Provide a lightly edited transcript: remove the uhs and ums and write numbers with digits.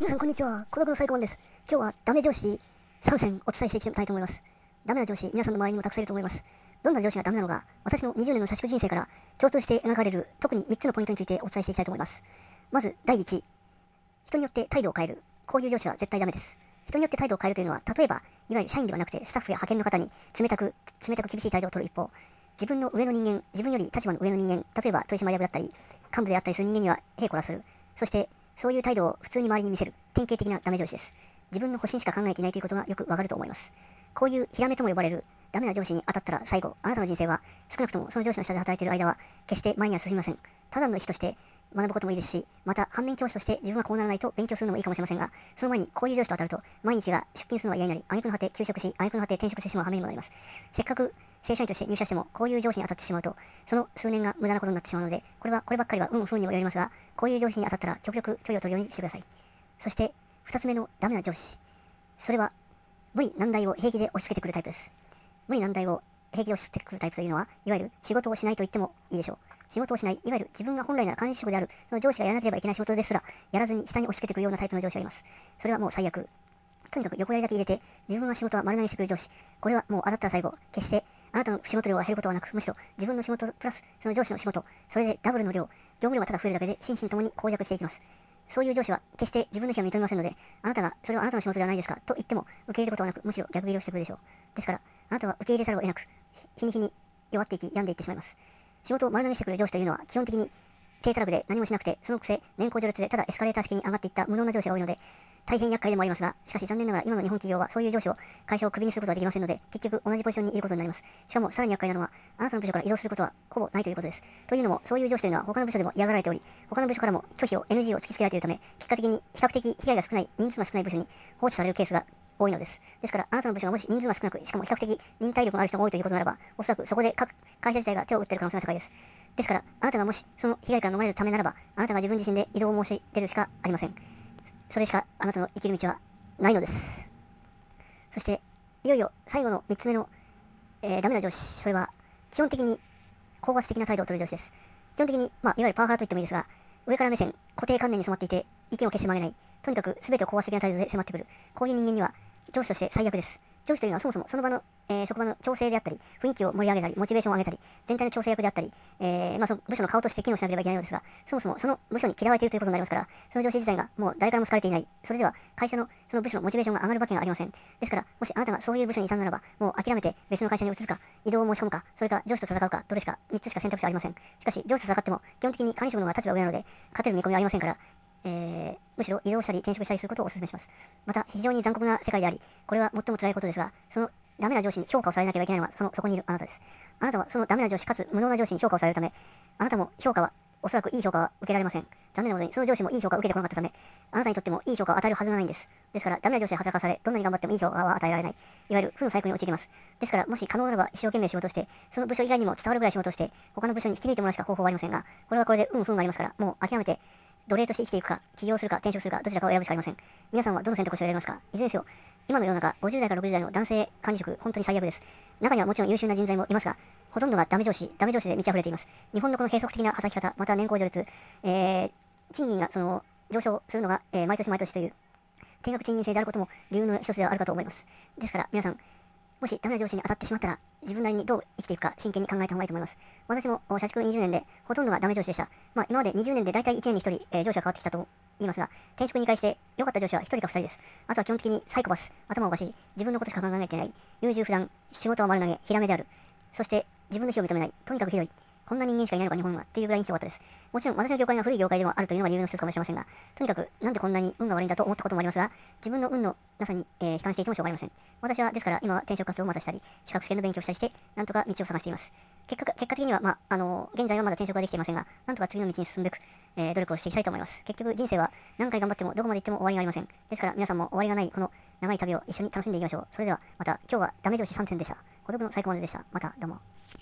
皆さんこんにちは。孤独のサイコマンです。今日はダメ上司3選お伝えしていきたいと思います。ダメな上司、皆さんの周りにもたくさんいると思います。どんな上司がダメなのか、私の20年の社畜人生から共通して描かれる特に3つのポイントについてお伝えしていきたいと思います。まず第1、人によって態度を変える。こういう上司は絶対ダメです。人によって態度を変えるというのは、例えばいわゆる社員ではなくてスタッフや派遣の方に冷たく厳しい態度を取る一方、自分の上の人間、自分より立場の上の人間、例えば取締役だったり幹部であったりする人間にはへいこらする。そしてそういう態度を普通に周りに見せる典型的なダメ上司です。自分の保身しか考えていないということがよくわかると思います。こういうヒラメとも呼ばれるダメな上司に当たったら最後、あなたの人生は少なくともその上司の下で働いている間は決して前には進みません。ただの医師として学ぶこともいいですし、また反面教師として自分はこうならないと勉強するのもいいかもしれませんが、その前にこういう上司と当たると毎日が出勤するのは嫌になり、挙句の果て休職し、挙句の果て転職してしまう羽目にもなります。せっかく正社員として入社してもこういう上司に当たってしまうと、その数年が無駄なことになってしまうので、こればっかりは不運にもよりますが、こういう上司に当たったら極力距離を取るようにしてください。そして2つ目のダメな上司、それは無理難題を平気で押し付けてくるタイプです。無理難題を平気で押し付けてくるタイプというのは、いわゆる仕事をしないと言ってもいいでしょう。仕事をしない、いわゆる自分が本来なら管理職であるその上司がやらなければいけない仕事ですらやらずに下に押し付けてくるようなタイプの上司がいます。それはもう最悪。とにかく横やりだけ入れて自分は仕事は丸投げしてくる上司、これはもう当たったら最後、決してあなたの仕事量が減ることはなく、むしろ自分の仕事プラスその上司の仕事、それでダブルの量、業務量がただ増えるだけで心身ともに膠着していきます。そういう上司は決して自分の非は認めませんので、あなたがそれはあなたの仕事ではないですかと言っても受け入れることはなく、むしろ逆ギレをしてくるでしょう。ですからあなたは受け入れざるを得なく、日に日に弱っていき病んでいってしまいます。仕事を丸投げしてくる上司というのは基本的に低たらくで何もしなくて、そのくせ年功序列でただエスカレーター式に上がっていった無能な上司が多いので、大変厄介でもありますが、しかし残念ながら今の日本企業はそういう上司を会社をクビにすることはできませんので、結局同じポジションにいることになります。しかもさらに厄介なのは、あなたの部署から移動することはほぼないということです。というのも、そういう上司というのは他の部署でも嫌がられており、他の部署からも拒否を NG を突きつけられているため、結果的に比較的被害が少ない、人数の少ない部署に放置されるケースが多いのです。ですから、あなたの部署がもし人数が少なく、しかも比較的忍耐力のある人が多いということならば、おそらくそこで各会社自体が手を打っている可能性が高いです。ですから、あなたがもしその被害から逃れるためならば、あなたが自分自身で移動を申し出るしかありません。それしかあなたの生きる道はないのです。そして、いよいよ最後の3つ目の、ダメな上司、それは基本的に高圧的な態度を取る上司です。基本的に、いわゆるパワハラと言ってもいいですが、上から目線、固定観念に染まっていて、意見を決して曲げない、とにかく全てを高圧的な態度で迫ってくる、こういう人間には上司として最悪です。上司というのはそもそもその場の、職場の調整であったり、雰囲気を盛り上げたり、モチベーションを上げたり、全体の調整役であったり、その部署の顔として機能しなければいけないのですが、そもそもその部署に嫌われているということになりますから、その上司自体がもう誰からも好かれていない、それでは会社のその部署のモチベーションが上がるわけがありません。ですから、もしあなたがそういう部署にいたならば、もう諦めて別の会社に移るか、移動を申し込むか、それか上司と戦うか、どれしか3つしか選択肢はありません。しかし、上司と戦っても基本的に管理職の方が立場が上なので、勝てる見込みはありませんから、むしろ移動したり転職したりすることをお勧めします。また、非常に残酷な世界であり、これは最も辛いことですが、そのダメな上司に評価をされなければいけないのはそこにいるあなたです。あなたはそのダメな上司かつ無能な上司に評価をされるため、あなたも評価はおそらくいい評価は受けられません。残念なことにその上司もいい評価を受けてこなかったため、あなたにとってもいい評価を与えるはずがないんです。ですから、ダメな上司で働かされ、どんなに頑張ってもいい評価は与えられない。いわゆる負のサイクルに陥ります。ですから、もし可能ならば一生懸命仕事をして、その部署以外にも伝わるぐらい仕事をして、他の部署に引き抜いてもらうしか方法はありませんが、これはこれで不運がありますから、もう諦めて、奴隷として生きていくか、起業するか、転職するか、どちらかを選ぶしかありません。皆さんはどの選択肢を選びますか？いずれにせよ、今の世の中、50代から60代の男性管理職、本当に最悪です。中にはもちろん優秀な人材もいますが、ほとんどがダメ上司で満ち溢れています。日本のこの閉塞的な働き方、また年功序列、賃金が上昇するのが、毎年毎年という定額賃金制であることも理由の一つではあるかと思います。ですから皆さん、もしダメな上司に当たってしまったら、自分なりにどう生きていくか真剣に考えた方がいいと思います。私も社畜20年でほとんどがダメ上司でした。今まで20年で大体1年に1人、上司が変わってきたと言いますが、転職2回して良かった上司は1人か2人です。あとは基本的にサイコパス、頭おかしい、自分のことしか考えていない、優柔不断、仕事は丸投げ、ヒラメである。そして自分の非を認めない、とにかくひどい。こんな人間しかいないのか日本はっていうぐらいにひどかったです。もちろん私の業界が古い業界でもあるというのが理由の一つかもしれませんが、とにかくなんでこんなに運が悪いんだと思ったこともありますが、自分の運のなさに、悲観していてもしょうがありません。私はですから今は転職活動をまたしたり、資格試験の勉強をしたりして、なんとか道を探しています。結果的には、現在はまだ転職はできていませんが、なんとか次の道に進むべく、努力をしていきたいと思います。結局人生は何回頑張ってもどこまで行っても終わりがありません。ですから皆さんも終わりがないこの長い旅を一緒に楽しんでいきましょう。それではまた、今日はダメ上司参戦でした。孤独の最高まででした。またどうも。